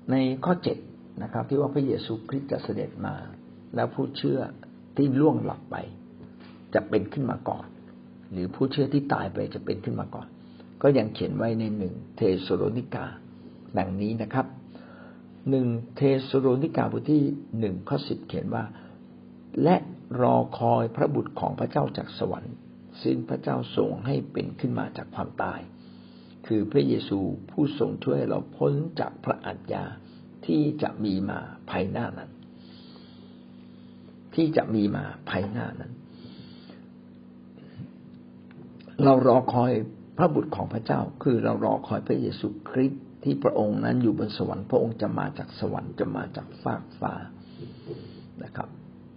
ในข้อ7นะครับที่ว่าพระเยซูคริสต์จะเสด็จมาแล้วผู้เชื่อที่ล่วงหลับไปจะเป็นขึ้นมาก่อนหรือผู้เชื่อที่ตายไปจะเป็นขึ้นมาก่อนก็ยังเขียนไว้ใน1เธสโลนิกาดังนี้นะครับ1เธสโลนิกาบทที่1ข้อ10เขียนว่าและรอคอยพระบุตรของพระเจ้าจากสวรรค์ซึ่งพระเจ้าทรงให้เป็นขึ้นมาจากความตายคือพระเยซูผู้ทรงช่วยเราพ้นจากพระอาญาที่จะมีมาภายหน้านั้นเรารอคอยพระบุตรของพระเจ้าคือเรารอคอยพระเยซูคริสต์ที่พระองค์นั้นอยู่บนสวรรค์พระองค์จะมาจากสวรรค์จะมาจากฟากฟ้านะครับ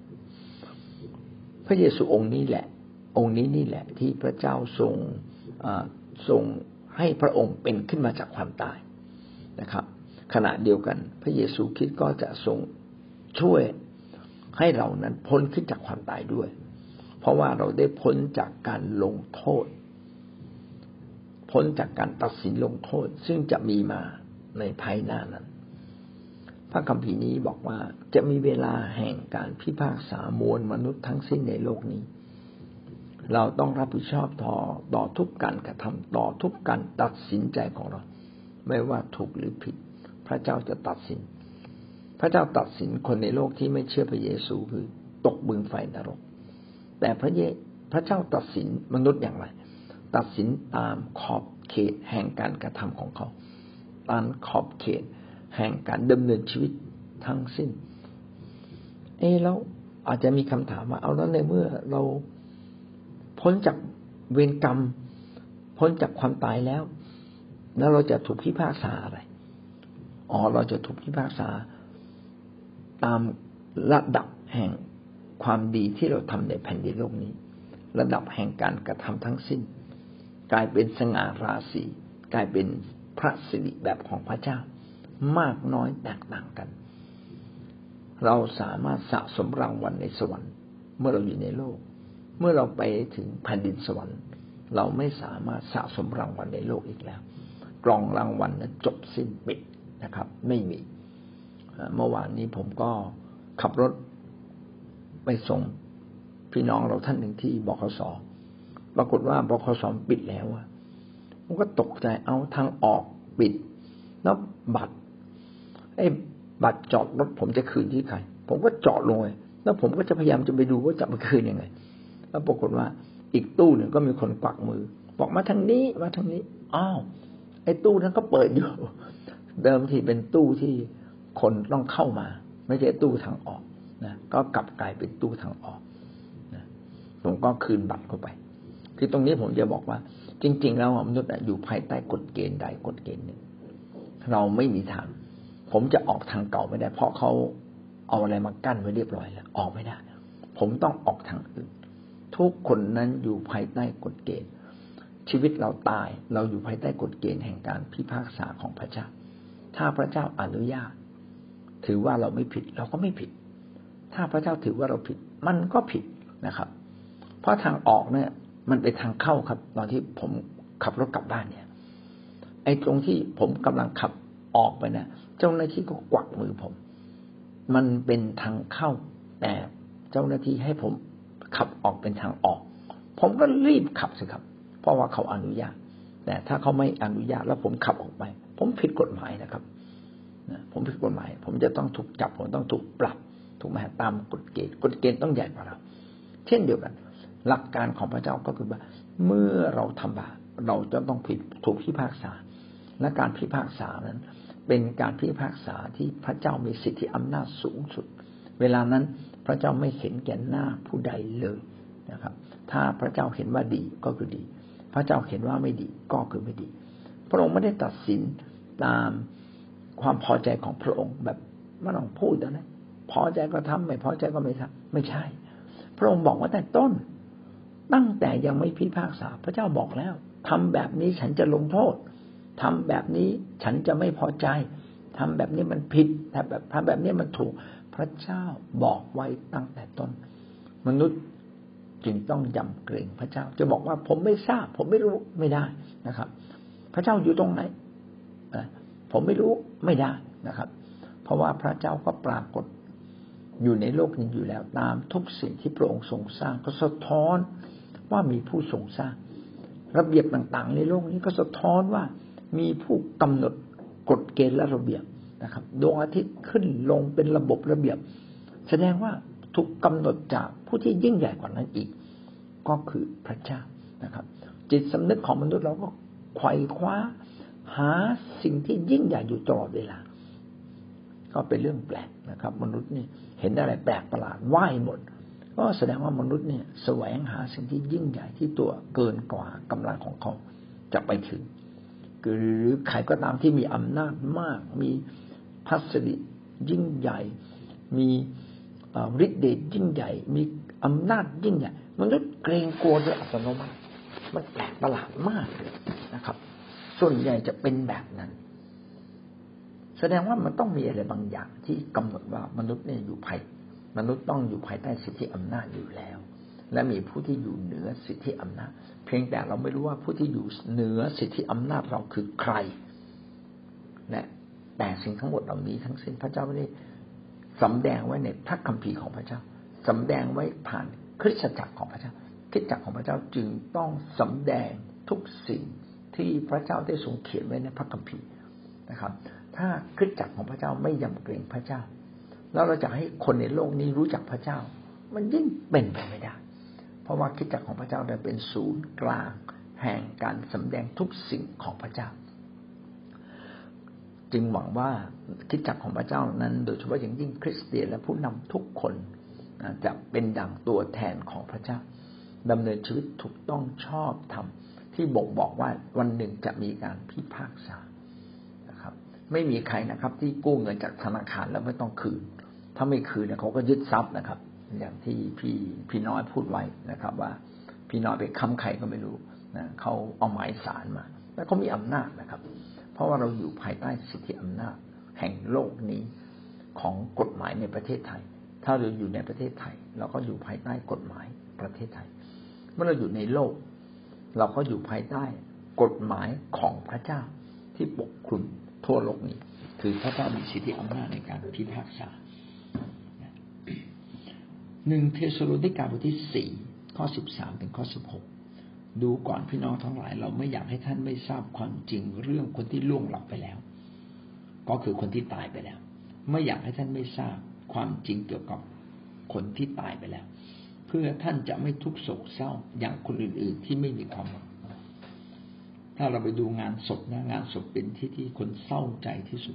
พระเยซูองค์นี้นี่แหละที่พระเจ้าทรงให้พระองค์เป็นขึ้นมาจากความตายนะครับขณะเดียวกันพระเยซูคริสต์ก็จะทรงช่วยให้เรานั้นพ้นขึ้นจากความตายด้วยเพราะว่าเราได้พ้นจากการลงโทษพ้นจากการตัดสินลงโทษซึ่งจะมีมาในภายหน้านั้นพระคัมภีร์นี้บอกว่าจะมีเวลาแห่งการพิพากษามวลมนุษย์ทั้งสิ้นในโลกนี้เราต้องรับผิดชอบต่อทุกการกระทำต่อทุกการตัดสินใจของเราไม่ว่าถูกหรือผิดพระเจ้าจะตัดสินพระเจ้าตัดสินคนในโลกที่ไม่เชื่อพระเยซูคือตกบึงไฟนรกแต่พระเจ้าตัดสินมนุษย์อย่างไรตัดสินตามขอบเขตแห่งการกระทำของเขาตามขอบเขตแห่งการดำเนินชีวิตทั้งสิ้นแล้วอาจจะมีคำถามว่าเอาแล้วในเมื่อเราพ้นจากเวรกรรมพ้นจากความตายแล้วเราจะถูกพิพากษาอะไรเราจะถูกพิพากษาตามระดับแห่งความดีที่เราทำในแผ่นดินโลกนี้ระดับแห่งการกระทำทั้งสิ้นกลายเป็นสง่าราศีกลายเป็นพระสิริแบบของพระเจ้ามากน้อยแตกต่างกันเราสามารถสะสมรางวัลในสวรรค์เมื่อเราอยู่ในโลกเมื่อเราไปถึงแผ่นดินสวรรค์เราไม่สามารถสะสมรางวัลในโลกอีกแล้วกล่องรางวัลนั้นจบสิ้นปิดนะครับไม่มีเมื่อวานนี้ผมก็ขับรถไปส่งพี่น้องเราท่านหนึ่งที่บขส.ปรากฏว่าบขส.ปิดแล้วผมก็ตกใจเอาทางออกปิดแล้วบัตรจอดรถผมจะคืนที่ใครผมก็จอดลงเลยแล้วผมก็จะพยายามจะไปดูว่าจะมาคืนยังไงแล้วปรากฏว่าอีกตู้หนึ่งก็มีคนกวักมือบอกมาทางนี้อ้าวไอ้ตู้นั้นก็เปิดอยู่เดิมทีเป็นตู้ที่คนต้องเข้ามาไม่ใช่ตู้ทางออกนะก็กลับกลายเป็นตู้ทางออกนะผมก็คืนบัตรเข้าไปคือตรงนี้ผมจะบอกว่าจริงๆแล้วมนุษย์อยู่ภายใต้กฎเกณฑ์ใดกฎเกณฑ์หนึ่งเราไม่มีทางผมจะออกทางเก่าไม่ได้เพราะเขาเอาอะไรมากั้นไว้เรียบร้อยแล้วออกไม่ได้ผมต้องออกทางอื่นทุกคนนั้นอยู่ภายใต้กฎเกณฑ์ชีวิตเราตายเราอยู่ภายใต้กฎเกณฑ์แห่งการพิพากษาของพระเจ้าถ้าพระเจ้าอนุญาตถือว่าเราไม่ผิดเราก็ไม่ผิดถ้าพระเจ้าถือว่าเราผิดมันก็ผิดนะครับเพราะทางออกเนี่ยมันเป็นทางเข้าครับตอนที่ผมขับรถกลับบ้านเนี่ยไอ้ตรงที่ผมกำลังขับออกไปเนี่ยเจ้าหน้าที่ก็กวักมือผมมันเป็นทางเข้าแต่เจ้าหน้าที่ให้ผมขับออกเป็นทางออกผมก็รีบขับสิครับเพราะว่าเขาอนุญาตแต่ถ้าเขาไม่อนุญาตแล้วผมขับออกไปผมผิดกฎหมายนะครับผมผิดกฎหมายผมจะต้องถูกจับผมต้องถูกปรับถูกไหมตามกฎเกณฑ์ต้องใหญ่กว่าเราเช่นเดียวกันหลักการของพระเจ้าก็คือว่าเมื่อเราทำบาปเราจะต้องถูกพิพากษาและการพิพากษานั้นเป็นการพิพากษาที่พระเจ้ามีสิทธิอำนาจสูงสุดเวลานั้นพระเจ้าไม่เห็นแก่หน้าผู้ใดเลยนะครับถ้าพระเจ้าเห็นว่าดีก็คือดีพระเจ้าเห็นว่าไม่ดีก็คือไม่ดีพระองค์ไม่ได้ตัดสินตามความพอใจของพระองค์แบบไม่ต้องพูดนะพอใจก็ทำไม่พอใจก็ไม่ทำไม่ใช่พระองค์บอกว่าแต่ต้นตั้งแต่ยังไม่พิพากษาพระเจ้าบอกแล้วทำแบบนี้ฉันจะลงโทษทำแบบนี้ฉันจะไม่พอใจทำแบบนี้มันผิดทำแบบนี้มันถูกพระเจ้าบอกไว้ตั้งแต่ต้นมนุษย์จึงต้องยำเกรงพระเจ้าจะบอกว่าผมไม่ทราบผมไม่รู้ไม่ได้นะครับพระเจ้าอยู่ตรงไหนผมไม่รู้ไม่ได้นะครับราะว่าพระเจ้าก็ปรากฏอยู่ในโลกนี้อยู่แล้วตามทุกสิ่งที่พระองค์ทรงสร้างก็สะท้อนว่ามีผู้ทรงสร้างระเบียบต่างๆในโลกนี้ก็สะท้อนว่ามีผู้กำหนดกฎเกณฑ์และระเบียบนะครับดวงอาทิตย์ขึ้นลงเป็นระบบระเบียบแสดงว่าถูกกำหนดจากผู้ที่ยิ่งใหญ่กว่านั้นอีกก็คือพระเจ้านะครับจิตสำนึกของมนุษย์เราก็ไขว่คว้าหาสิ่งที่ยิ่งใหญ่อยู่ตลอดเวลาก็เป็นเรื่องแปลกนะครับมนุษย์นี่เห็นอะไรแปลกประหลาดไหว้หมดก็แสดงว่ามนุษย์เนี่ยแสวงหาสิ่งที่ยิ่งใหญ่ที่ตัวเกินกว่ากำลังของเขาจะไปถึงหรือใครก็ตามที่มีอำนาจมากมีพัสดุยิ่งใหญ่มีฤทธิ์เดชยิ่งใหญ่มีอำนาจยิ่งใหญ่มนุษย์เกรงกลัวโดยอัตโนมัติมันแปลกประหลาดมากเลยนะครับส่วนใหญ่จะเป็นแบบนั้นแสดงว่ามันต้องมีอะไรบางอย่างที่กำหนดว่ามนุษย์เนี่ยมนุษย์ต้องอยู่ภายใต้สิทธิอำนาจอยู่แล้วและมีผู้ที่อยู่เหนือสิทธิอำนาจเพียงแต่เราไม่รู้ว่าผู้ที่อยู่เหนือสิทธิอำนาจเราคือใครและแต่สิ่งทั้งหมดเหล่านี้ทั้งสิ้นพระเจ้าไม่ได้สำแดงไว้ในพระคัมภีร์ของพระเจ้าสำแดงไว้ผ่านคริสตจักรของพระเจ้าคริสตจักรของพระเจ้าจึงต้องสำแดงทุกสิ่งที่พระเจ้าได้ทรงเขียนไว้ในพระคัมภีร์นะครับถ้าคริสตจักรของพระเจ้าไม่ยำเกรงพระเจ้าแล้วเราจะให้คนในโลกนี้รู้จักพระเจ้ามันยิ่งเป็นไปไม่ได้เพราะว่าคริสตจักรของพระเจ้าได้เป็นศูนย์กลางแห่งการสำแดงทุกสิ่งของพระเจ้าจึงหวังว่าคริสตจักรของพระเจ้านั้นโดยเฉพาะอย่างยิ่งคริสเตียนและผู้นำทุกคนจะเป็นดั่งตัวแทนของพระเจ้าดำเนินชีวิตถูกต้องชอบธรรมที่บ่งบอกว่าวันหนึ่งจะมีการพิพากษานะครับไม่มีใครนะครับที่กู้เงินจากธนาคารแล้วไม่ต้องคืนถ้าไม่คืนเนี่ยเขาก็ยึดทรัพย์นะครับอย่างที่พี่น้อยพูดไว้นะครับว่าพี่น้อยไปค้ำใครก็ไม่รู้นะเขาเอาหมายศาลมาแล้วเขามีอำนาจนะครับเพราะว่าเราอยู่ภายใต้สิทธิอำนาจแห่งโลกนี้ของกฎหมายในประเทศไทยถ้าเราอยู่ในประเทศไทยเราก็อยู่ภายใต้กฎหมายประเทศไทยเมื่อเราอยู่ในโลกเราก็อยู่ภายใต้กฎหมายของพระเจ้าที่ปกคลุมทั่วโลกนี้คือพระเจ้ามีสิทธิอำนาจในการพิพากษา1 เธสโลนิกาบทที่4ข้อ13ถึงข้อ16ดูก่อนพี่น้องทั้งหลายเราไม่อยากให้ท่านไม่ทราบความจริงเรื่องคนที่ล่วงลับไปแล้วก็คือคนที่ตายไปแล้วไม่อยากให้ท่านไม่ทราบความจริงเกี่ยวกับคนที่ตายไปแล้วเพื่อท่านจะไม่ทุกข์โศกเศร้าอย่างคนอื่นๆที่ไม่มีความหวังถ้าเราไปดูงานศพนะงานศพเป็นที่คนเศร้าใจที่สุด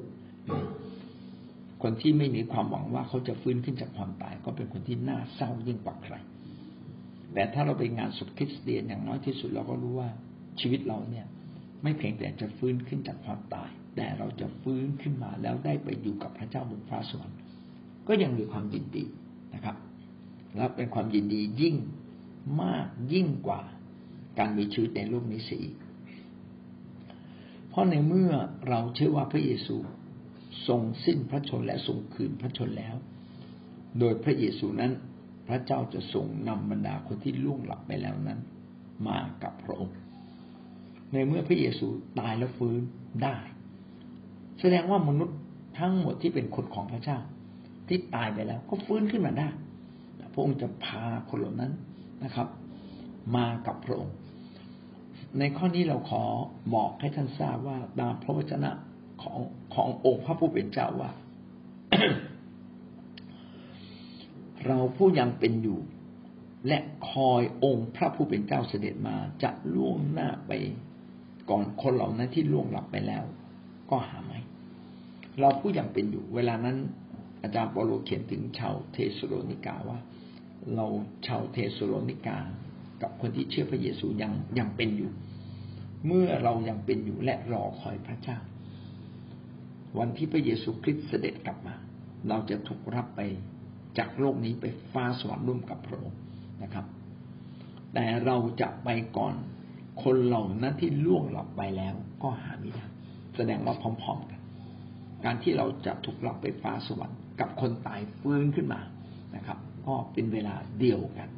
คนที่ไม่มีความหวังว่าเขาจะฟื้นขึ้นจากความตายก็เป็นคนที่น่าเศร้ายิ่งกว่าใครแต่ถ้าเราไปงานศพคริสเตียนอย่างน้อยที่สุดเราก็รู้ว่าชีวิตเราเนี่ยไม่เพียงแต่จะฟื้นขึ้นจากความตายแต่เราจะฟื้นขึ้นมาแล้วได้ไปอยู่กับพระเจ้าบนฟ้าสวรรค์ก็ยังมีความยินดีนะครับและเป็นความยินดียิ่งมากยิ่งกว่าการมีชีวิตในโลกนี้เสียอีกเพราะในเมื่อเราเชื่อว่าพระเยซูทรงสิ้นพระชนและทรงคืนพระชนแล้วโดยพระเยซูนั้นพระเจ้าจะทรงนำบรรดาคนที่ล่วงลับไปแล้วนั้นมากับพระองค์ในเมื่อพระเยซูตายแล้วฟื้นได้แสดงว่ามนุษย์ทั้งหมดที่เป็นคนของพระเจ้าที่ตายไปแล้วก็ฟื้นขึ้นมาได้พระองค์จะพาคนเหล่านั้นนะครับมากับพระองค์ในข้อนี้เราขอบอกให้ท่านทราบว่าตามพระวจนะขององค์พระผู้เป็นเจ้าว่า เราผู้ยังเป็นอยู่และคอยองค์พระผู้เป็นเจ้าเสด็จมาจะล่วงหน้าไปก่อนคนเหล่านั้นที่ล่วงลับไปแล้วก็หาไม่เราผู้ยังเป็นอยู่เวลานั้นอาจารย์เปาโลเขียนถึงชาวเทสโลนิกาว่าเราชาวเทสโลนิกากับคนที่เชื่อพระเยซูยังเป็นอยู่เมื่อเรายังเป็นอยู่และรอคอยพระเจ้าวันที่พระเยซูคริสต์เสด็จกลับมาเราจะถูกรับไปจากโลกนี้ไปฟ้าสวรรค์ร่วมกับพระองค์นะครับแต่เราจะไปก่อนคนเหล่านั้นที่ล่วงลับไปแล้วก็หาไม่ได้แสดงว่าพร้อมๆกันการที่เราจะถูกรับไปฟ้าสวรรค์กับคนตายฟื้นขึ้นมานะครับก็เป็นเวลาเดียวกัน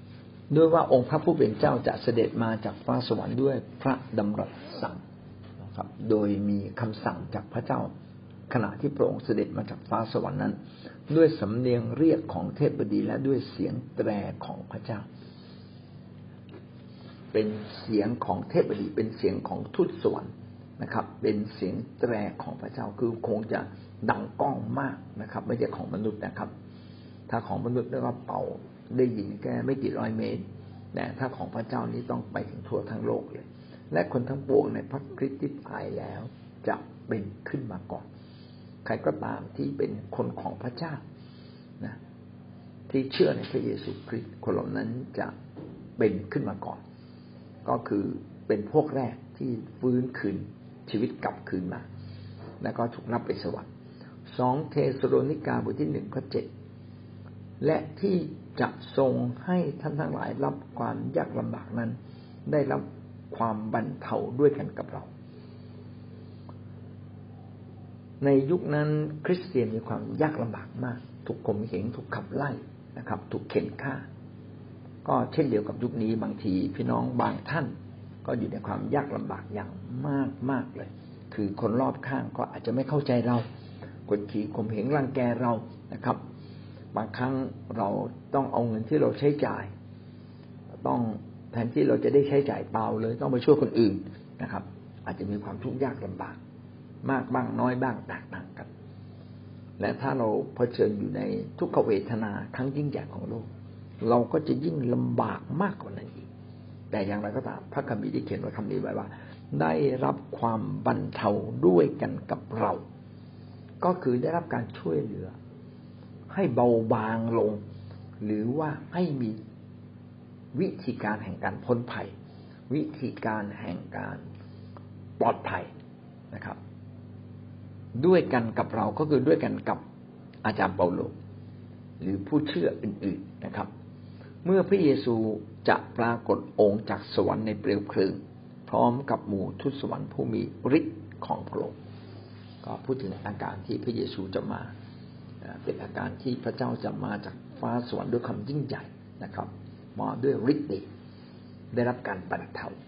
ด้วยว่าองค์พระผู้เป็นเจ้าจะเสด็จมาจากฟ้าสวรรค์ด้วยพระดำรัสสั่งนะครับโดยมีคำสั่งจากพระเจ้าขณะที่พระองค์เสด็จมาจากฟ้าสวรรค์นั้นด้วยสำเนียงเรียกของเทพบดีและด้วยเสียงแตรของพระเจ้าเป็นเสียงของเทพบดีเป็นเสียงของทูตสวรรค์นะครับเป็นเสียงแตรของพระเจ้าคือคงจะดังก้องมากนะครับไม่ใช่ของมนุษย์นะครับถ้าของมนุษย์แล้วก็เป่าได้ยินแค่ไม่กี่ร้อยเมตรแต่ถ้าของพระเจ้านี้ต้องไปถึงทั่วทั้งโลกเลยและคนทั้งปวงในพระคริสต์ที่ตายแล้วจะเป็นขึ้นมาก่อนใครก็ตามที่เป็นคนของพระเจ้านะที่เชื่อในพระเยซูคริสต์คนเหล่านั้นจะเป็นขึ้นมาก่อนก็คือเป็นพวกแรกที่ฟื้นคืนชีวิตกลับคืนมาแล้วก็ถูกรับไปสวรรค์2เทสโลนิกาบทที่1ข้อ7และที่จะทรงให้ท่านทั้งหลายรับความยากลำบากนั้นได้รับความบรรเทาด้วยกันกับเราในยุคนั้นคริสเตียนมีความยากลำบากมากถูกข่มเหงถูกขับไล่นะครับถูกเข็นฆ่าก็เช่นเดียวกับยุคนี้บางทีพี่น้องบางท่านก็อยู่ในความยากลำบากอย่างมากเลยคือคนรอบข้างก็อาจจะไม่เข้าใจเรากดขี่ข่มเหงรังแกเรานะครับบางครั้งเราต้องเอาเงินที่เราใช้จ่ายต้องแทนที่เราจะได้ใช้จ่ายเปล่าเลยต้องไปช่วยคนอื่นนะครับอาจจะมีความทุกข์ยากลำบากมากบ้างน้อยบ้างแตกต่างกันและถ้าเราเผชิญอยู่ในทุกขเวทนาครั้งยิ่งใหญ่ของโลกเราก็จะยิ่งลำบากมากกว่านั้นอีกแต่อย่างไรก็ตามพระคัมภีร์ได้เขียนไว้คำนี้ไว้ว่าได้รับความบรรเทาด้วยกันกับเราก็คือได้รับการช่วยเหลือให้เบาบางลงหรือว่าให้มีวิธีการแห่งการพ้นภัยวิธีการแห่งการปลอดภัยนะครับด้วยกันกับเราก็คือด้วยกันกับอาจารย์เปาโลหรือผู้เชื่ออื่นๆนะครับเมื่อพระเยซูจะปรากฏองค์จากสวรรค์ในเปลวเพลิงพร้อมกับหมู่ทูตสวรรค์ผู้มีฤทธิ์ของพระองค์ก็พูดถึงอาการที่พระเยซูจะมาเป็นอาการที่พระเจ้าจะมาจากฟ้าสวรรค์ด้วยความยิ่งใหญ่นะครับมาด้วยฤทธิ์เดชได้รับการบรรเทา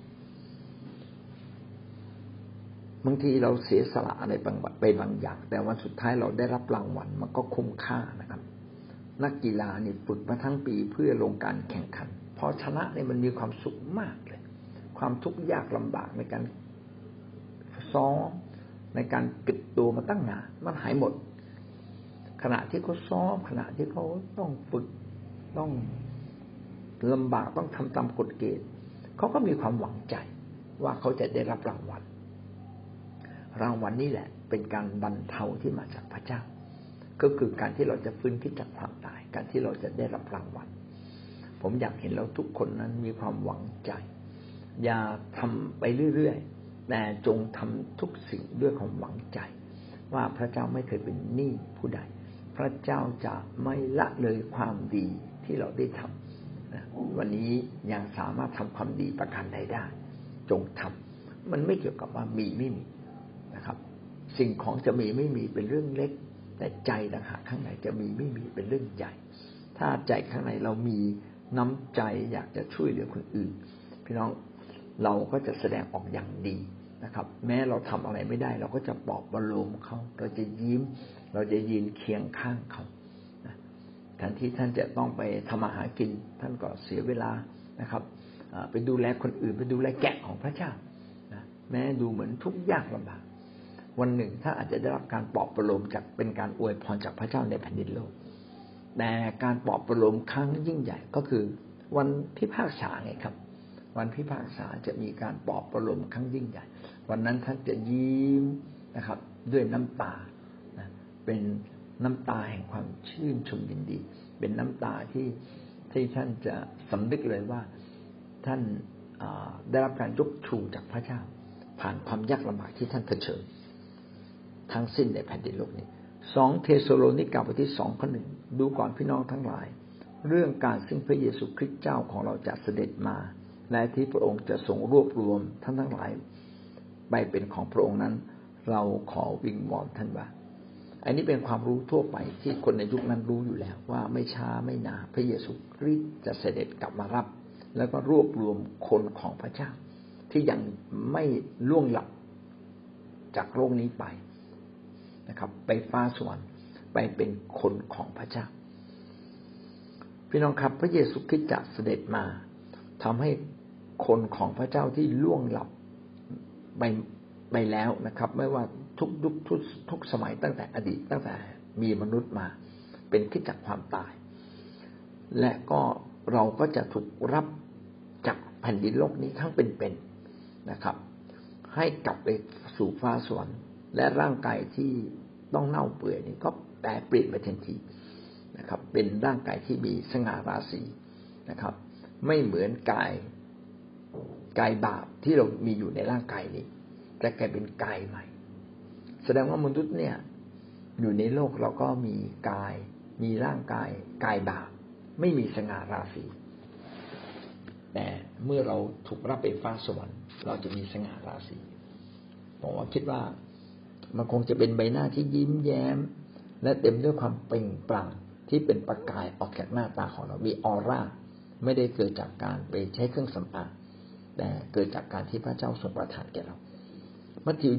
บางทีเราเสียสละอะไรไปบางอย่างแต่วันสุดท้ายเราได้รับรางวัลมันก็คุ้มค่านะครับนักกีฬานี่ฝึกมาทั้งปีเพื่อลงการแข่งขันพอชนะเนี่ยมันมีความสุขมากเลยความทุกข์ยากลำบากในการซ้อมในการเก็บตัวมาตั้งนานมันหายหมดขณะที่เขาซ้อมขณะที่เขาต้องฝึกต้องลำบากต้องทำตามกฎเกณฑ์เขาก็มีความหวังใจว่าเขาจะได้รับรางวัลนี่แหละเป็นการบรรเทาที่มาจากพระเจ้าก็คือการที่เราจะฟื้นขึ้นจากความตายการที่เราจะได้รับรางวัลผมอยากเห็นเราทุกคนนั้นมีความหวังใจอย่าทำไปเรื่อยๆแต่จงทำทุกสิ่งด้วยความหวังใจว่าพระเจ้าไม่เคยเป็นหนี้ผู้ใดพระเจ้าจะไม่ละเลยความดีที่เราได้ทำนะวันนี้ยังสามารถทำความดีประการใดได้จงทำมันไม่เกี่ยวกับว่ามีไม่มีนะครับสิ่งของจะมีไม่มีเป็นเรื่องเล็กแต่ใจต่างหากข้างในจะมีไม่มีเป็นเรื่องใหญ่ถ้าใจข้างในเรามีน้ำใจอยากจะช่วยเหลือคนอื่นพี่น้องเราก็จะแสดงออกอย่างดีนะครับแม้เราทำอะไรไม่ได้เราก็จะปลอบประโลมเขาเราจะยิ้มเราจะยืนเคียงข้างเขาแทนที่ท่านจะต้องไปทำอาหารกินท่านก็เสียเวลานะครับไปดูแลคนอื่นไปดูแลแกะของพระเจ้าแม้ดูเหมือนทุกข์ยากลำบากวันหนึ่งถ้าอาจจะได้รับการปลอบประโลมจากเป็นการอวยพรจากพระเจ้าในแผ่นดินโลกแต่การปลอบประโลมครั้งยิ่งใหญ่ก็คือวันพิพากษาไงครับวันพิพากษาจะมีการปลอบประโลมครั้งยิ่งใหญ่วันนั้นท่านจะยิ้มนะครับด้วยน้ำตาเป็นน้ำตาแห่งความชื่นชมยินดีเป็นน้ำตาที่ท่านจะสำนึกเลยว่าท่านได้รับการยกชูจากพระเจ้าผ่านความยากลำบากที่ท่านเผชิญทั้งสิ้นในแผ่นดินโลกนี้2เทสโลนิกาบทที่2ข้อ1ดูก่อนพี่น้องทั้งหลายเรื่องการซึ่งพระเยซูคริสต์เจ้าของเราจะเสด็จมาและที่พระองค์จะทรงรวบรวมท่านทั้งหลายไปเป็นของพระองค์นั้นเราขอวิงวอนท่านว่าอันนี้เป็นความรู้ทั่วไปที่คนในยุคนั้นรู้อยู่แล้วว่าไม่ช้าไม่นานพระเยซูคริสต์จะเสด็จกลับมารับแล้วก็รวบรวมคนของพระเจ้าที่ยังไม่ล่วงหลับจากโลกนี้ไปนะครับไปฟ้าสวรรค์ไปเป็นคนของพระเจ้าพี่น้องครับพระเยซูคริสต์จะเสด็จมาทำให้คนของพระเจ้าที่ล่วงลับไปแล้วนะครับไม่ว่าทุกยุคทุกสมัยตั้งแต่อดีตตั้งแต่มีมนุษย์มาเป็นขึ้นจากความตายและก็เราก็จะถูกรับจากแผ่นดินโลกนี้ทั้งเป็นนะครับให้กลับไปสู่ฟ้าสวรรค์และร่างกายที่ต้องเน่าเปื่อยนี้ก็แปรเปลี่ยนไปทันทีนะครับเป็นร่างกายที่มีสง่าราศีนะครับไม่เหมือนกายบาปที่เรามีอยู่ในร่างกายนี้แต่กลายเป็นกายใหม่แสดงว่ามนุษย์เนี่ยอยู่ในโลกเราก็มีกายมีร่างกายบาปไม่มีสง่าราศีแต่เมื่อเราถูกรับไปฟ้าสวรรค์เราจะมีสง่าราศีผมว่าคิดว่ามันคงจะเป็นใบหน้าที่ยิ้มแย้มและเต็มด้วยความเปล่งปลั่งที่เป็นประกายออกจากหน้าตาของเรามีออร่าไม่ได้เกิดจากการไปใช้เครื่องสำอางแต่เกิดจากการที่พระเจ้าทรงประทานแก่เรามัทธิว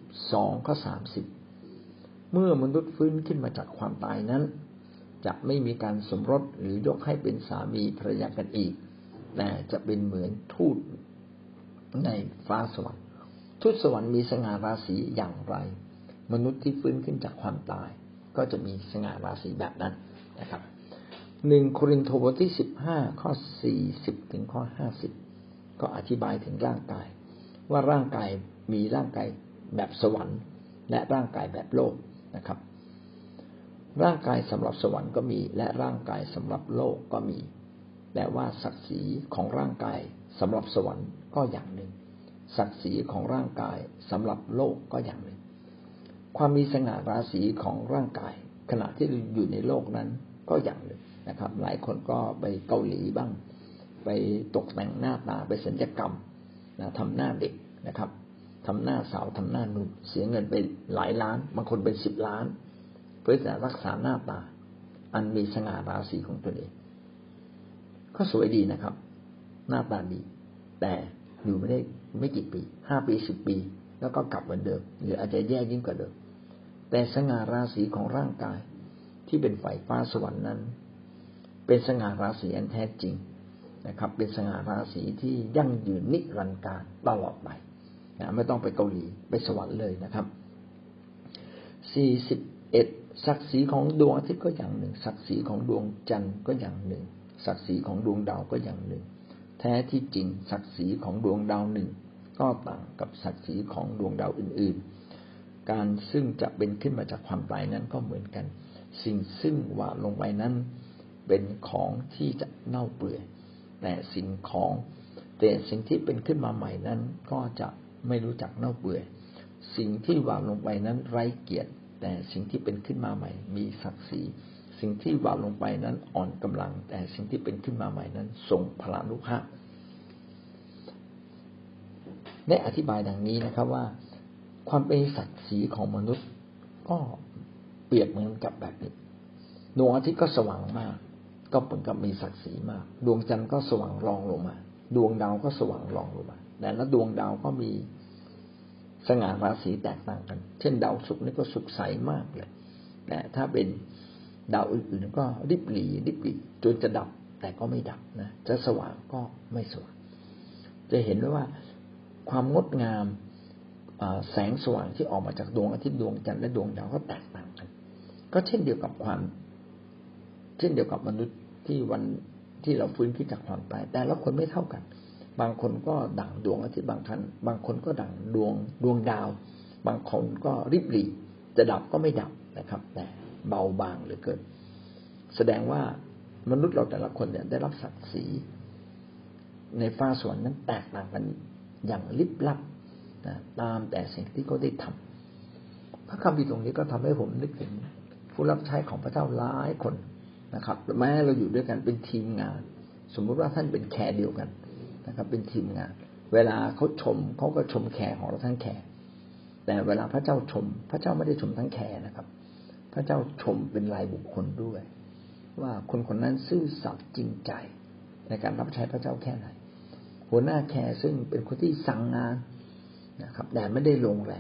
22:30 เมื่อมนุษย์ฟื้นขึ้นมาจากความตายนั้นจะไม่มีการสมรสหรือยกให้เป็นสามีภรรยากันอีกแต่จะเป็นเหมือนทูตในฟ้าสวรรค์ทูตสวรรค์มีสง่าราศีอย่างไรมนุษย์ที่ฟื้นขึ้นจากความตายก็จะมีสง่าราศีแบบนั้นนะครับ1 โครินธ์บทที่15ข้อ40ถึงข้อ50ก็อธิบายถึงร่างกายว่าร่างกายมีร่างกายแบบสวรรค์และร่างกายแบบโลกนะครับร่างกายสำหรับสวรรค์ก็มีและร่างกายสำหรับโลกก็มีแต่ว่าศักดิ์ศรีของร่างกายสำหรับสวรรค์ก็อย่างหนึ่งศักดิ์ศรีของร่างกายสำหรับโลกก็อย่างหนึ่งความมีสง่าราศีของร่างกายขณะที่อยู่ในโลกนั้นก็อย่างหนึ่งนะครับหลายคนก็ไปเกาหลีบ้างไปตกแต่งหน้าตาไปศัลยกรรมทำหน้าเด็กนะครับทำหน้าสาวทำหน้าหนุ่มเสียเงินไปหลายล้านบางคนเป็น10 ล้านเพื่อจะรักษาหน้าตาอันมีสง่าราศีของตัวเองก็สวยดีนะครับหน้าตาดีแต่อยู่ไม่กี่ปี5 ปี10 ปีแล้วก็กลับเหมือนเดิมหรืออาจจะแย่ยิ่งกว่าเดิมแต่สง่าราศีของร่างกายที่เป็นฝ่ายฟ้าสวรรค์นั้นเป็นสง่าราศีอันแท้จริงนะครับเป็นสง่าราศีที่ยั่งยืนนิรันดร์กาลตลอดไปไม่ต้องไปเกาหลีไปสวรรค์เลยนะครับ41ศักดิ์ศรีของดวงอาทิตย์ก็อย่างหนึ่งศักดิ์ศรีของดวงจันทร์ก็อย่างหนึ่งศักดิ์ศรีของดวงดาวก็อย่างหนึ่งแท้ที่จริงศักดิ์ศรีของดวงดาวหนึ่งก็ต่างกับศักดิ์ศรีของดวงดาวอื่นๆการซึ่งจะเป็นขึ้นมาจากความตายนั้นก็เหมือนกันสิ่งซึ่งหว่านลงไปนั้นเป็นของที่จะเน่าเปื่อยแต่สิ่งที่เป็นขึ้นมาใหม่นั้นก็จะไม่รู้จักเน่าเปื่อยสิ่งที่หว่านลงไปนั้นไร้เกียรติแต่สิ่งที่เป็นขึ้นมาใหม่มีศักดิ์ศรีสิ่งที่หว่านลงไปนั้นอ่อนกำลังแต่สิ่งที่เป็นขึ้นมาใหม่นั้นทรงพลานุภาพได้อธิบายดังนี้นะครับว่าความเป็นศักดิ์ศรีของมนุษย์ก็เปรียบเหมือนกับแบบนี้ดวงอาทิตย์ก็สว่างมากก็เหมือนกับมีศักดิ์ศรีมากดวงจันทร์ก็สว่างรองลงมาดวงดาวก็สว่างรองลงมาแต่ละดวงดาวก็มีสง่าราศีแตกต่างกันเช่นดาวศุกร์นี่ก็สุขใสมากเลยแต่ถ้าเป็นดาวอื่นๆก็ริบหรี่จนจะดับแต่ก็ไม่ดับนะจะสว่างก็ไม่สว่างจะเห็นได้ว่าความงดงามแสงสว่างที่ออกมาจากดวงอาทิตย์ดวงจันทร์และดวงดาวก็แตกต่างกันก็เช่นเดียวกับมนุษย์ที่วันที่เราฟื้นขึ้นจากความตายแต่ละคนไม่เท่ากันบางคนก็ดั่งดวงอาทิตย์บางคนก็ดั่งดวงดาวบางคนก็ริบหรี่จะดับก็ไม่ดับนะครับแต่เบาบางเหลือเกินแสดงว่ามนุษย์เราแต่ละคนเนี่ยได้รับศักดิ์ศรีในฟ้าสวรรค์นั้นแตกต่างกันอย่างลิบลับนะตามแต่สิ่งที่เขาได้ทำพระคัมภีร์ตรงนี้ก็ทำให้ผมนึกถึงผู้รับใช้ของพระเจ้าหลายคนนะครับแม้เราอยู่ด้วยกันเป็นทีมงานสมมุติว่าท่านเป็นแคร์เดียวกันนะครับเป็นทีมงานเวลาเขาชมเขาก็ชมแคร์ของเราทั้งแคร์แต่เวลาพระเจ้าชมพระเจ้าไม่ได้ชมทั้งแคร์นะครับพระเจ้าชมเป็นรายบุคคลด้วยว่าคนคนนั้นซื่อสัตย์จริงใจในการรับใช้พระเจ้าแค่ไหนหัวหน้าแคร์ซึ่งเป็นคนที่สั่งงานนะครับแต่ไม่ได้ลงแรง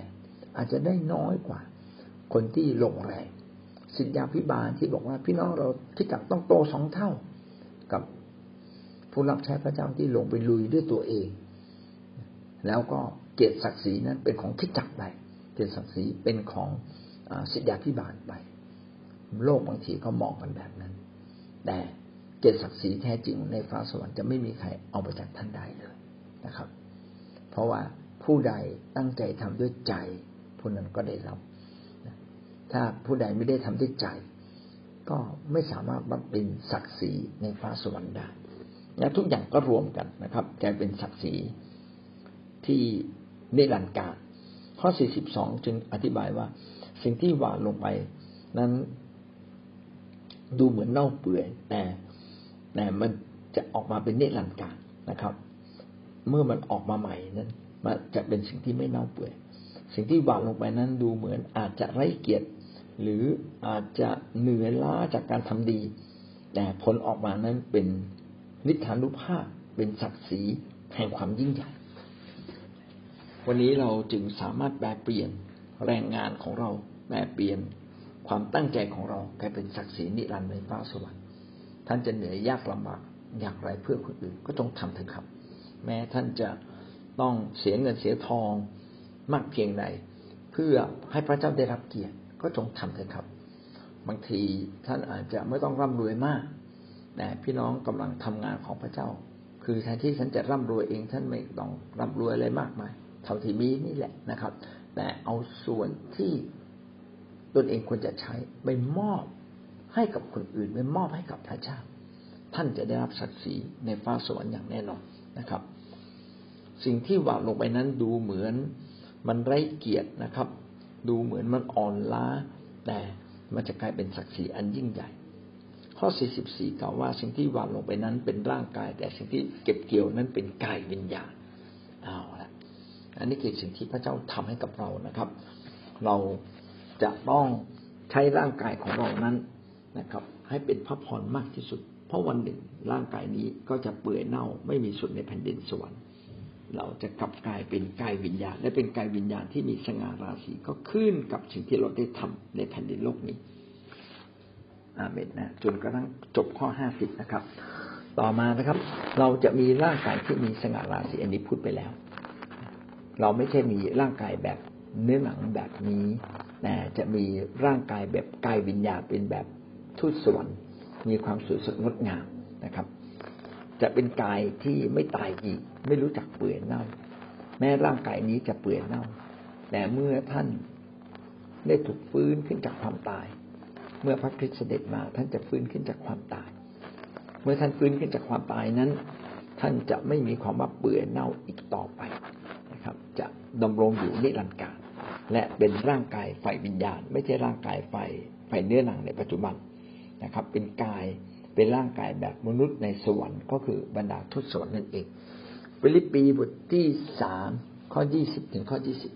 อาจจะได้น้อยกว่าคนที่ลงแรงศิษยาภิบาลที่บอกว่าพี่น้องเราที่จักต้องโต2 เท่ากับผู้รับใช้พระเจ้าที่ลงไปลุยด้วยตัวเองแล้วก็เกียรติศักดิ์ศรีนั้นเป็นของคริสตจักรไปเกียรติศักดิ์ศรีเป็นของศิษยาภิบาลไปโลกบางทีก็มองกันแบบนั้นแต่เกียรติศักดิ์ศรีแท้จริงในฟ้าสวรรค์จะไม่มีใครเอาไปจากท่านได้เลยนะครับเพราะว่าผู้ใดตั้งใจทำด้วยใจผู้นั้นก็ได้รับถ้าผู้ใดไม่ได้ทำด้วยใจก็ไม่สามารถมาเป็นศักดิ์ศรีในฟ้าสวรรค์ได้และทุกอย่างก็รวมกันนะครับกลายเป็นศักดิ์ศรีที่นิรันดร์กาลข้อ42จึงอธิบายว่าสิ่งที่หว่านลงไปนั้นดูเหมือนเน่าเปื่อยแต่มันจะออกมาเป็นนิรันดร์กาลนะครับเมื่อมันออกมาใหม่นั้นมันจะเป็นสิ่งที่ไม่เน่าเปื่อยสิ่งที่หว่านลงไปนั้นดูเหมือนอาจจะไร้เกียรติหรืออาจจะเหนื่อยล้าจากการทำดีแต่ผลออกมานั้นเป็นนิทานุภาพเป็นศักดิ์ศรีแห่งความยิ่งใหญ่วันนี้เราจึงสามารถแปลเปลี่ยนแรงงานของเราแปลเปลี่ยนความตั้งใจของเรากลายเป็นศักดิ์ศรีนิรันดร์ในฟ้าสวรรค์ท่านจะเหนื่อยยากลำบากอย่างไรเพื่อคนอื่นก็ต้องทำเถอะครับแม้ท่านจะต้องเสียเงินเสียทองมากเพียงใดเพื่อให้พระเจ้าได้รับเกียรติก็จงทำเถอะครับบางทีท่านอาจจะไม่ต้องร่ำรวยมากแต่พี่น้องกำลังทำงานของพระเจ้าคือแทนที่ท่านจะร่ำรวยเองท่านไม่ต้องร่ำรวยอะไรมากมายเท่าที่มีนี่แหละนะครับแต่เอาส่วนที่ตนเองควรจะใช้ไปมอบให้กับคนอื่นไปมอบให้กับพระเจ้าท่านจะได้รับศักดิ์ศรีในฟ้าสวรรค์อย่างแน่นอนนะครับสิ่งที่หว่านลงไปนั้นดูเหมือนมันไร้เกียรตินะครับดูเหมือนมันอ่อนล้าแต่มันจะกลายเป็นศักดิ์ศรีอันยิ่งใหญ่ข้อ44กล่าวว่าสิ่งที่หว่านลงไปนั้นเป็นร่างกายแต่สิ่งที่เก็บเกี่ยวนั้นเป็นกายวิญญาณเอาละอันนี้คือสิ่งที่พระเจ้าทำให้กับเรานะครับเราจะต้องใช้ร่างกายของเรานั้นนะครับให้เป็นพระพรมากที่สุดเพราะวันหนึ่งร่างกายนี้ก็จะเปื่อยเน่าไม่มีส่วนในแผ่นดินสวรรค์เราจะกลับกลายเป็นกายวิญญาณและเป็นกายวิญญาณที่มีสง่าราศีก็ขึ้นกับสิ่งที่เราได้ทำในแผ่นดินโลกนี้อาเมนนะจนกระทั่งจบข้อ50นะครับต่อมานะครับเราจะมีร่างกายที่มีสง่าราศีอันนี้พูดไปแล้วเราไม่ใช่มีร่างกายแบบเนื้อหนังแบบนี้แต่จะมีร่างกายแบบกายวิญญาณเป็นแบบทูตสวรรค์มีความสวยสดงดงามนะครับจะเป็นกายที่ไม่ตายอีกไม่รู้จักเปื่อยเน่าแม้ร่างกายนี้จะเปื่อยเน่าแต่เมื่อท่านได้ถูกฟื้นขึ้นจากความตายเมื่อพระคริสต์เสด็จมาท่านจะฟื้นขึ้นจากความตายเมื่อท่านฟื้นขึ้นจากความตายนั้นท่านจะไม่มีความว่าเปื่อยเน่าอีกต่อไปนะครับจะดำรงอยู่นิรันดร์กาลและเป็นร่างกายฝ่ายวิญญาณไม่ใช่ร่างกายฝ่ายเนื้อหนังในปัจจุบันนะครับเป็นกายเป็นร่างกายแบบมนุษย์ในสวรรค์ก็คือบรรดาทูตสวรรค์นั่นเองฟิลิปปีบทที่3ข้อ20ถึงข้อ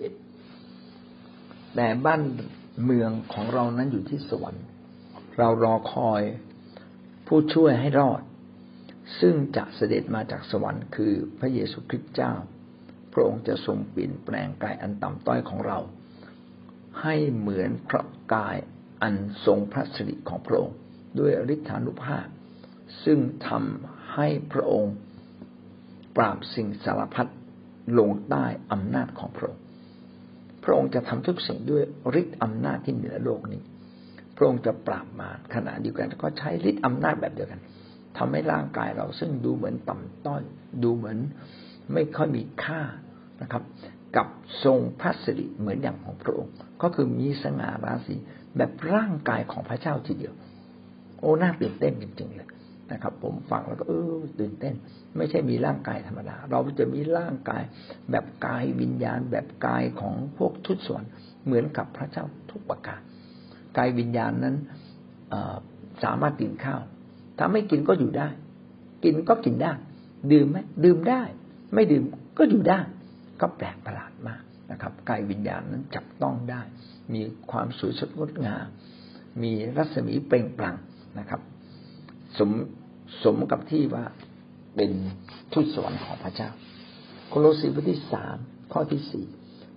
21แต่บ้านเมืองของเรานั้นอยู่ที่สวรรค์เรารอคอยผู้ช่วยให้รอดซึ่งจะเสด็จมาจากสวรรค์คือพระเยซูคริสต์เจ้าพระองค์จะทรงเปลี่ยนแปลงกายอันต่ำต้อยของเราให้เหมือนพระกายอันทรงพระสิริของพระองค์ด้วยฤทธานุภาพซึ่งทำให้พระองค์ปราบสิ่งสารพัดลงใต้อำนาจของพระองค์พระองค์จะทำทุกสิ่งด้วยฤทธิ์อำนาจที่เหนือโลกนี้พระองค์จะปราบมารขณะเดียวกันก็ใช้ฤทธิ์อำนาจแบบเดียวกันทำให้ร่างกายเราซึ่งดูเหมือนต่ำต้อยดูเหมือนไม่ค่อยมีค่านะครับกับทรงพระสิริเหมือนอย่างของพระองค์ก็คือมีสง่าราศีแบบร่างกายของพระเจ้าทีเดียวโอ้น่าตื่นเต้นจริงๆเลยนะครับผมฟังแล้วก็ตื่นเต้นไม่ใช่มีร่างกายธรรมดาเราจะมีร่างกายแบบกายวิญญาณแบบกายของพวกทูตสวรรค์เหมือนกับพระเจ้าทุกประการกายวิญญาณนั้นสามารถกินข้าวถ้าไม่กินก็อยู่ได้กินก็กินได้ดื่มไหมดื่มได้ไม่ดื่มก็อยู่ได้ก็แปลกประหลาดมากนะครับกายวิญญาณนั้นจับต้องได้มีความสวยสดงดงามมีรัศมีเปล่งปลั่งนะครับสมกับที่ว่าเป็นทูตสวรรค์ของพระเจ้าโคโลสีบทที่3ข้อที่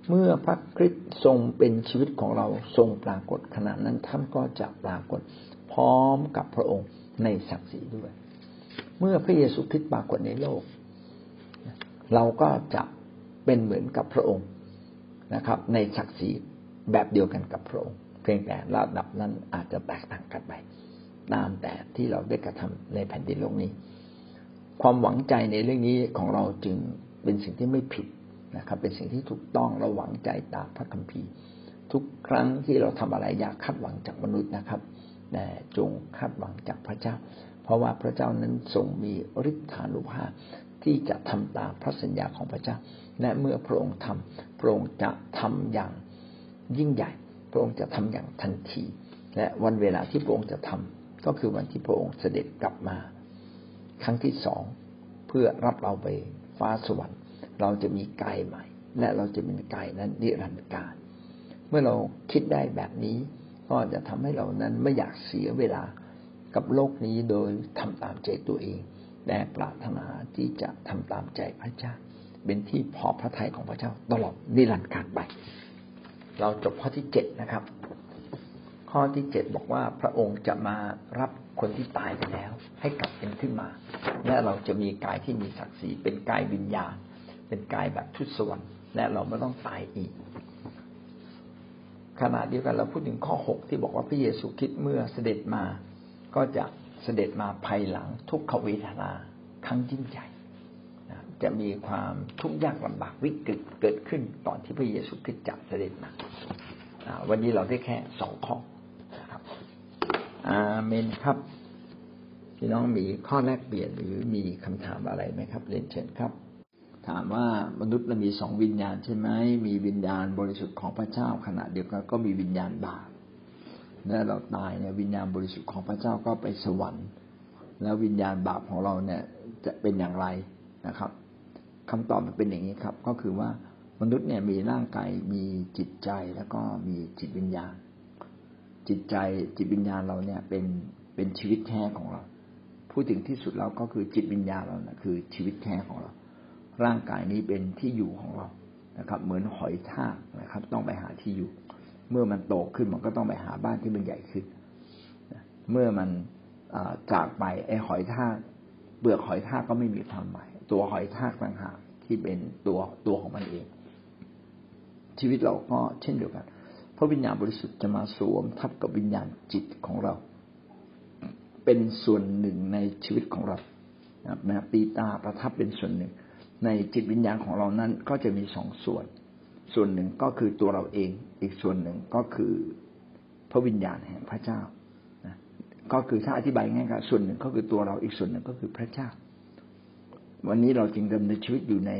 เมื่อพระคริสต์ทรงเป็นชีวิตของเราทรงปรากฏขณะนั้นท่านก็จะปรากฏพร้อมกับพระองค์ในศักดิ์ศรีด้วยเมื่อพระเยซูคริสต์ปรากฏในโลกเราก็จะเป็นเหมือนกับพระองค์นะครับในศักดิ์ศรีแบบเดียวกันกับพระองค์เพียงแต่ระดับนั้นอาจจะแตกต่างกันไปตามแต่ที่เราได้กระทำในแผ่นดินโลกนี้ความหวังใจในเรื่องนี้ของเราจึงเป็นสิ่งที่ไม่ผิดนะครับเป็นสิ่งที่ถูกต้องเราหวังใจตามพระคัมภีร์ทุกครั้งที่เราทำอะไรอย่าคาดหวังจากมนุษย์นะครับแต่จงคาดหวังจากพระเจ้าเพราะว่าพระเจ้านั้นทรงมีฤทธานุภาพที่จะทำตามพระสัญญาของพระเจ้าและเมื่อพระองค์ทำพระองค์จะทำอย่างยิ่งใหญ่พระองค์จะทำอย่างทันทีและวันเวลาที่พระองค์จะทำก็คือวันที่พระองค์เสด็จกลับมาครั้งที่สองเพื่อรับเราไปฟ้าสวรรค์เราจะมีกายใหม่และเราจะมีกายนั้นนิรันดร์กาลเมื่อเราคิดได้แบบนี้ก็จะทำให้เรานั้นไม่อยากเสียเวลากับโลกนี้โดยทำตามใจตัวเองแต่ปรารถนาที่จะทำตามใจพระเจ้าเป็นที่พอพระทัยของพระเจ้าตลอดนิรันดร์กาลไปเราจบข้อที่7นะครับข้อที่7บอกว่าพระองค์จะมารับคนที่ตายไปแล้วให้กลับเป็นขึ้นมาและเราจะมีกายที่มีศักดิ์ศรีเป็นกายวิญญาณเป็นกายแบบทูตสวรรค์และเราไม่ต้องตายอีกขณะเดียวกันเราพูดถึงข้อ6ที่บอกว่าพระเยซูคริสต์เมื่อเสด็จมาก็จะเสด็จมาภายหลังทุกขเวทนาครั้งยิ่งใหญ่จะมีความทุกข์ยากลำบากวิกฤตเกิดขึ้นตอนที่พระเยซูคริสต์จะเสด็จมาวันนี้เราได้แค่2ข้อนะครับอาเมนครับพี่น้องมีข้อแลกเปลี่ยนหรือมีคำถามอะไรไหมครับเรียนเชิญครับถามว่ามนุษย์เรามี2วิญญาณใช่ไหมมีวิญญาณบริสุทธิ์ของพระเจ้าขณะเดียวกันก็มีวิญญาณบาปและเราตายเนี่ยวิญญาณบริสุทธิ์ของพระเจ้าก็ไปสวรรค์แล้ววิญญาณบาปของเราเนี่ยจะเป็นอย่างไรนะครับคำตอบมันเป็นอย่างนี้ครับก็คือว่ามนุษย์เนี่ยมีร่างกายมีจิตใจแล้วก็มีจิตวิญญาณจิตใจจิตวิญญาณเราเนี่ยเป็นชีวิตแท้ของเราพูดถึงที่สุดแล้วก็คือจิตวิญญาณเรานะคือชีวิตแท้ของเราร่างกายนี้เป็นที่อยู่ของเรานะครับเหมือนหอยทากนะครับต้องไปหาที่อยู่เมื่อมันโตขึ้นมันก็ต้องไปหาบ้านที่มันใหญ่ขึ้นเมื่อมันจากไปไอ้หอยทากเปลือกหอยทากก็ไม่มีความหมายตัวหอยทากต่างหากที่เป็นตัวของมันเองชีวิตเราก็เช่นเดียวกันพระวิญญาณบริสุทธิ์จะมาสวมทับกับวิญญาณจิตของเราเป็นส่วนหนึ่งในชีวิตของเรานะปีตาประทับเป็นส่วนหนึ่งในจิตวิญญาณของเรานั้นก็จะมี2ส่วนหนึ่งก็คือตัวเราเองอีกส่วนหนึ่งก็คือพระวิญญาณแห่งพระเจ้านะก็คือถ้าอธิบายง่ายๆส่วนหนึ่งก็คือตัวเราอีกส่วนหนึ่งก็คือพระเจ้าวันนี้เราจึงดำเนินชีวิตอยู่ใน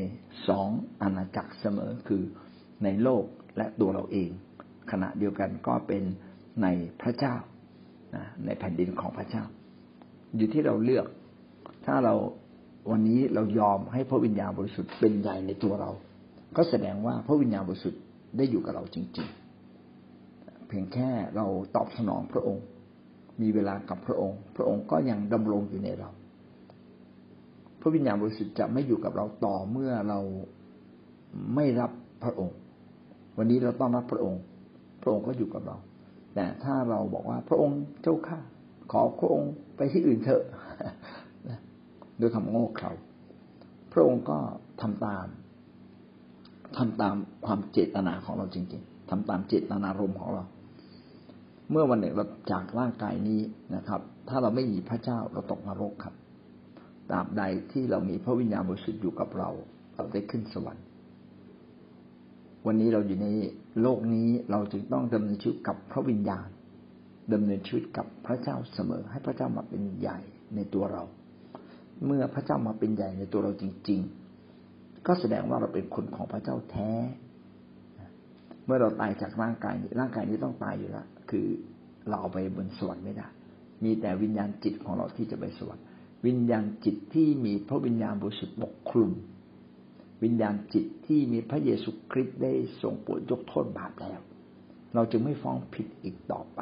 2อาณาจักรเสมอคือในโลกและตัวเราเองขณะเดียวกันก็เป็นในพระเจ้าในแผ่นดินของพระเจ้าอยู่ที่เราเลือกถ้าเราวันนี้เรายอมให้พระวิญญาณบริสุทธิ์เป็นใหญ่ในตัวเราก็แสดงว่าพระวิญญาณบริสุทธิ์ได้อยู่กับเราจริงๆเพียงแค่เราตอบสนองพระองค์มีเวลากับพระองค์พระองค์ก็ยังดำรงอยู่ในเราพระวิญญาณบริสุทธิ์จะไม่อยู่กับเราต่อเมื่อเราไม่รับพระองค์วันนี้เราต้องรับพระองค์พระองค์ก็อยู่กับเราแต่ถ้าเราบอกว่าพระองค์เจ้าข้าขอพระองค์ไปที่อื่นเถอะด้วยคำโง่เขลาพระองค์ก็ทำตามความเจตนาของเราจริงๆทำตามเจตนารมณ์ของเราเมื่อวันหนึ่งเราจากร่างกายนี้นะครับถ้าเราไม่มีพระเจ้าเราตกนรกครับตราบใดที่เรามีพระวิญญาณบริสุทธิ์อยู่กับเราได้ขึ้นสวรรค์วันนี้เราอยู่ในโลกนี้เราจึงต้องดำเนินชีวิตกับพระวิญญาณดำเนินชีวิตกับพระเจ้าเสมอให้พระเจ้ามาเป็นใหญ่ในตัวเราเมื่อพระเจ้ามาเป็นใหญ่ในตัวเราจริงๆก็แสดงว่าเราเป็นคนของพระเจ้าแท้เมื่อเราตายจากร่างกายนี้ต้องตายอยู่แล้วคือเราเอาไปบนสวรรค์ไม่ได้มีแต่วิญญาณจิตของเราที่จะไปสวรรค์วิญญาณจิตที่มีพระวิญญาณบริสุทธิ์ปกคลุมวิญญาณจิตที่มีพระเยซูคริสต์ได้ทรงโปรดยกโทษบาปแล้วเราจึงไม่ฟ้องผิดอีกต่อไป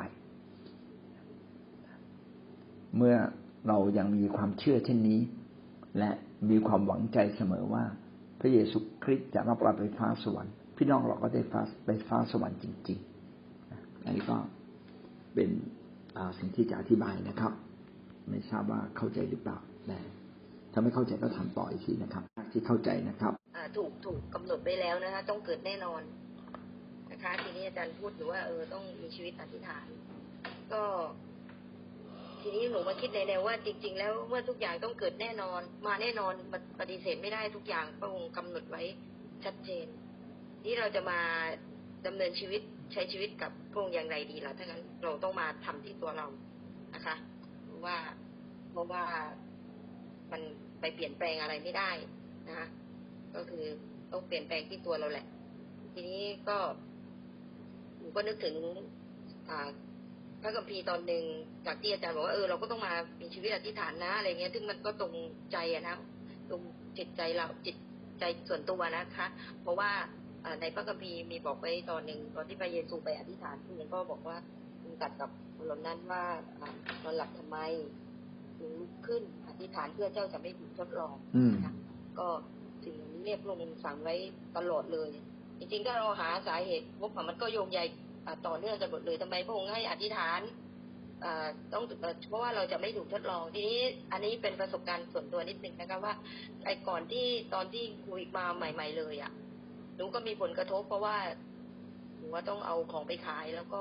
เมื่อเรายังมีความเชื่อเช่นนี้และมีความหวังใจเสมอว่าพระเยซูคริสต์จะรับเราไปฟ้าสวรรค์พี่น้องเราก็ได้ไปฟ้าสวรรค์จริงๆอันนี้ก็เป็นสิ่งที่จะอธิบายนะครับไม่ทราบว่าเข้าใจหรือเปล่านะถ้าไม่เข้าใจก็ถามต่ออีกทีนะครับที่เข้าใจนะครับถูกกำหนดไว้แล้วนะคะต้องเกิดแน่นอนนะคะทีนี้อาจารย์พูดหรือว่าต้องมีชีวิตอธิษฐานก็ทีนี้หนูมาคิดในแนวว่าจริงๆแล้วเมื่อทุกอย่างต้องเกิดแน่นอนมาแน่นอนปฏิเสธไม่ได้ทุกอย่างพระองค์กำหนดไว้ชัดเจนที่เราจะมาดำเนินชีวิตใช้ชีวิตกับพระองค์อย่างไรดีล่ะถ้างั้นเราต้องมาทำที่ตัวเรานะคะเพราะว่ามันไปเปลี่ยนแปลงอะไรไม่ได้นะคะก็คือต้องเปลี่ยนแปลงที่ตัวเราแหละทีนี้ก็หนูก็นึกถึงพระคัมภีร์ตอนหนึ่งจากที่อาจารย์บอกว่าเราก็ต้องมามีชีวิตอธิษฐานนะอะไรเงี้ยซึ่งมันก็ตรงใจนะตรงจิตใจเราจิตใจส่วนตัวนะคะ เพราะว่าในพระคัมภีร์มีบอกไว้ตอนหนึ่งตอนที่พระเยซูไปอธิษฐานคุณก็บอกว่าคุณตัดกับคนนั้นว่านอนหลับทำไมลุกขึ้นอธิษฐานเพื่อเจ้าจะไม่ถูกทดลองนะคะก็สิ่งนี้เนี่ยพระองค์สั่งไว้ตลอดเลยจริงๆถ้าเราหาสาเหตุพบมันก็โยงใยต่อเนื่องกันหมดเลยทำไมพระองค์ให้อธิษฐานต้องเพราะว่าเราจะไม่ถูกทดลองทีนี้อันนี้เป็นประสบการณ์ส่วนตัวนิดนึงนะคะว่าไอ้ก่อนที่ตอนที่โควิดมาใหม่ๆเลยหนูก็มีผลกระทบเพราะว่าหนูว่าต้องเอาของไปขายแล้วก็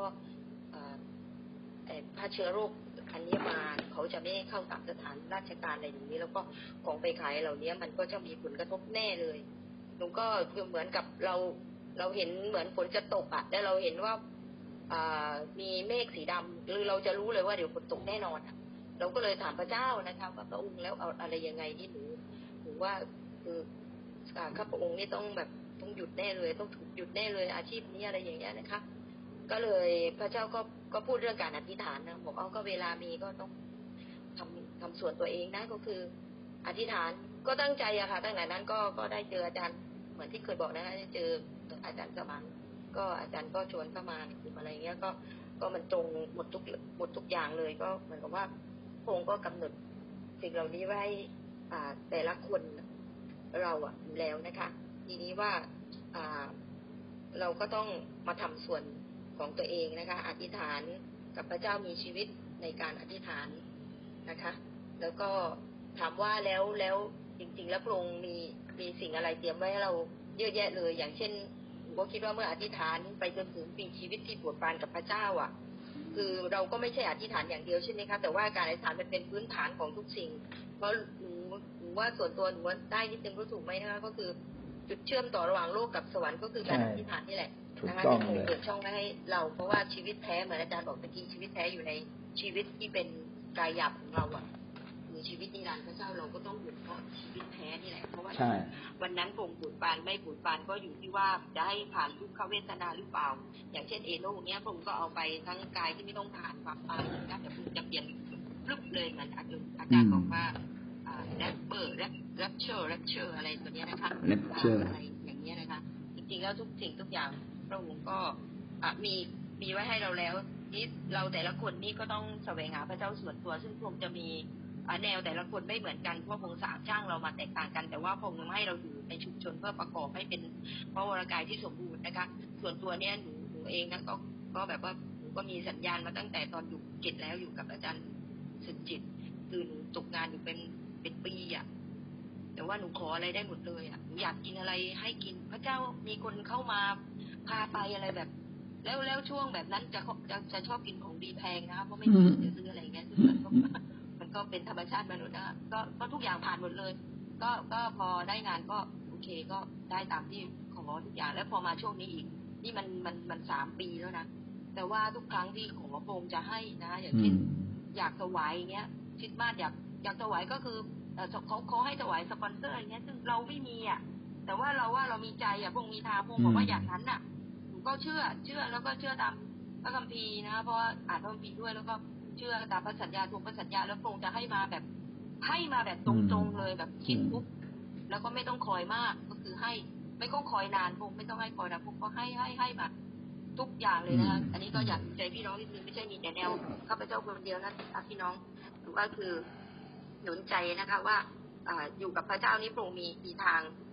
ผ้าเชื้อโรคอันนี้มาเขาจะไม่เข้าตามสถานราชการอะไรอย่างนี้แล้วก็ของไปขายเหล่านี้มันก็จะมีผลกระทบแน่เลยหนูก็เหมือนกับเราเห็นเหมือนฝนจะตกแล้วเราเห็นว่ามีเมฆสีดำหรือเราจะรู้เลยว่าเดี๋ยวฝนตกแน่นอนเราก็เลยถามพระเจ้านะคะว่าพระองค์แล้วเอาอะไรยังไงที่หนูว่าคือข้าพระองค์นี่ต้องแบบต้องหยุดแน่เลยต้องถูกหยุดแน่เลยอาชีพนี้อะไรอย่างเงี้ยนะคะก็เลยพระเจ้าก็พูดเรื่องการอธิษฐานนะบอกก็เวลามีก็ต้องทำส่วนตัวเองนะก็คืออธิษฐานก็ตั้งใจอะค่ะตั้งแต่นั้นก็ได้เจออาจารย์เหมือนที่เคยบอกนะคะได้เจออาจารย์สมานก็อาจารย์ก็ชวนเข้ามาในกลุ่มอะไรเงี้ยก็มันตรงหมดทุกอย่างเลยก็เหมือนกับว่าพระองค์ก็กำหนดสิ่งเหล่านี้ไว้แต่ละคนเราอยู่แล้วนะคะทีนี้ว่าเราก็ต้องมาทำส่วนของตัวเองนะคะอธิษฐานกับพระเจ้ามีชีวิตในการอธิษฐานนะคะแล้วก็ถามว่าแล้วจริงๆแล้วพระองค์มีสิ่งอะไรเตรียมไว้ให้เราเยอะแยะเลยอย่างเช่นผมก็คิดว่าเมื่ออธิษฐานไปจนถึงปีชีวิตที่บวชปานกับพระเจ้าคือเราก็ไม่ใช่อธิษฐานอย่างเดียวใช่ไหมคะแต่ว่าการอธิษฐานมันเป็นพื้นฐานของทุกสิ่งเพราะหนูว่าส่วนตัวหนูว่าได้นิดนึงรู้ถูกไหมนะคะก็คือจุดเชื่อมต่อระหว่างโลกกับสวรรค์ก็คือการอธิษฐานนี่แหละนะคะที่คงเปิดช่องไว้ให้เราเพราะว่าชีวิตแท้เหมือนอาจารย์บอกเมื่อกี้ชีวิตแท้อยู่ในชีวิตที่เป็นกายหยาบของเรามีชีวิตนิรันดร์พระเจ้าเราก็ต้องอยู่เพราะชีวิตแท้นี่แหละเพราะว่าวันนั้นคงบุญปานไม่บุญปานก็อยู่ที่ว่าจะให้ผ่านทุกขเวทนาหรือเปล่าอย่างเช่นเอโน่เนี้ยผมก็เอาไปทั้งกายที่ไม่ต้องผ่านความตายนะแต่ผมจะเปลี่ยนรึบเลยเหมือนอาจารย์บอกว่าแรปเปอร์แรปเชอร์อะไรตัวนี้นะคะอะไรอย่างเงี้ยนะคะจริงๆแล้วทุกสิ่งทุกอย่างพระองค์ก็มีไว้ให้เราแล้วนี่เราแต่ละคนนี่ก็ต้องแสวงหาพระเจ้าส่วนตัวซึ่งพระองค์จะมีแนวแต่ละคนไม่เหมือนกันเพราะพระองค์สร้างจ้างเรามาแตกต่างกันแต่ว่าพระองค์ให้เราอยู่ในชุมชนเพื่อประกอบให้เป็นพระวรกายที่สมบูรณ์นะคะส่วนตัวเนี้ยหนูเองนะก็แบบว่าหนูก็มีสัญญาณมาตั้งแต่ตอนอยู่กิจแล้วอยู่กับอาจารย์สุจิตคือหนูตกงานอยู่เป็นปีแต่ว่าหนูขออะไรได้หมดเลยหนูอยากกินอะไรให้กินพระเจ้ามีคนเข้ามาพาไปอะไรแบบแล้วช่วงแบบนั้นจะชอบกินของดีแพงนะคะเพราะไม่มีจะซื้ออะไรเงี้ยซึ่งมันก็เป็นธรรมชาติมนุษย์นะก็ทุกอย่างผ่านหมดเลยก็พอได้งานก็โอเคก็ได้ตามที่ขอทุกอย่างแล้วพอมาช่วงนี้อีกนี่มัน3 ปีแล้วนะแต่ว่าทุกครั้งที่ขอพระองค์จะให้นะอย่างเช่นอยากถวายอย่างเงี้ยคิดมากอยากถวายก็คือเขาให้ถวายสปอนเซอร์อย่างเงี้ยซึ่งเราไม่มีแต่ว่าเรามีใจพระองค์มีทางพระองค์บอกว่าอย่างนั้นก็เชื่อแล้วก็เชื่อตามพระคัมภีร์นะเพราะอ่านพระคัมภีร์ด้วยแล้วก็เชื่อตามพระสัญญาถูกพระสัญญาแล้วพระองค์จะให้มาแบบตรงๆเลยแบบคิดปุ๊บแล้วก็ไม่ต้องคอยมากก็คือให้ไม่ต้องคอยนานพระองค์ไม่ต้องให้คอยนานพระองค์ก็ให้มาทุกอย่างเลยนะอันนี้ก็อยากใจพี่น้องนิดนึงไม่ใช่มีแต่แนวข้าพเจ้าคนเดียวนะพี่น้องหรือว่าคือหนุนใจนะคะว่าอยู่กับพระเจ้านี้พระองค์มีทาง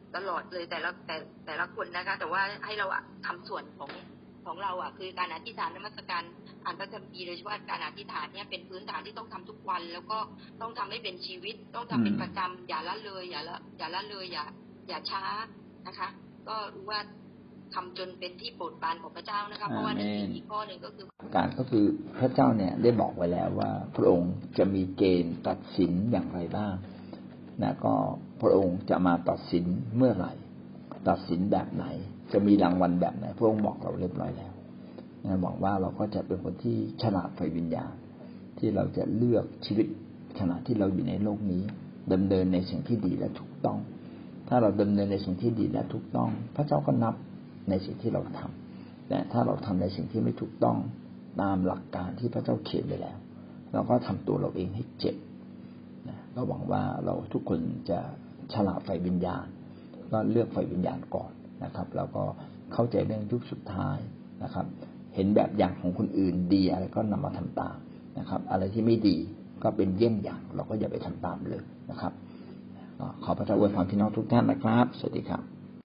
ตลอดเลยแต่ละคนนะคะแต่ว่าให้เราทำส่วนของเราคือการอธิษฐานนมัสการอ่านพระคัมภีร์โดยเฉพาะการอธิษฐานเนี่ยเป็นพื้นฐานที่ต้องทำทุกวันแล้วก็ต้องทำให้เป็นชีวิตต้องทำเป็นประจำอย่าละเลยอย่าละเลยอย่าช้านะคะก็รู้ว่าทำจนเป็นที่โปรดปรานของพระเจ้านะคะเพราะว่าในสิ่งอีกข้อหนึ่งก็คือการก็คือพระเจ้าเนี่ยได้บอกไว้แล้วว่าพระองค์จะมีเกณฑ์ตัดสินอย่างไรบ้างนะก็พระองค์จะมาตัดสินเมื่อไหร่ตัดสินแบบไหนจะมีรางวัลแบบไหนพระองค์บอกเราเรียบร้อยแล้วนะบอกว่าเราก็จะเป็นคนที่ฉลาดไฟวิญญาณที่เราจะเลือกชีวิตขณะที่เราอยู่ในโลกนี้ดำเนินในสิ่งที่ดีและถูกต้องถ้าเราดำเนินในสิ่งที่ดีและถูกต้องพระเจ้าก็นับในสิ่งที่เราทำแต่ถ้าเราทำในสิ่งที่ไม่ถูกต้องตามหลักการที่พระเจ้าเขียนไว้แล้วเราก็ทำตัวเราเองให้เจ็บนะก็หวังว่าเราทุกคนจะฉลาดไฟวิญญาณก็เลือกไฟวิญญาณก่อนนะครับแล้วก็เข้าใจเรื่องยุคสุดท้ายนะครับเห็นแบบอย่างของคนอื่นดีอะไรก็นำมาทำตามนะครับอะไรที่ไม่ดีก็เป็นเยี่ยงอย่างเราก็อย่าไปทำตามเลยนะครับขอพระเจ้าอวยพรพี่น้องทุกท่านนะครับสวัสดีครับ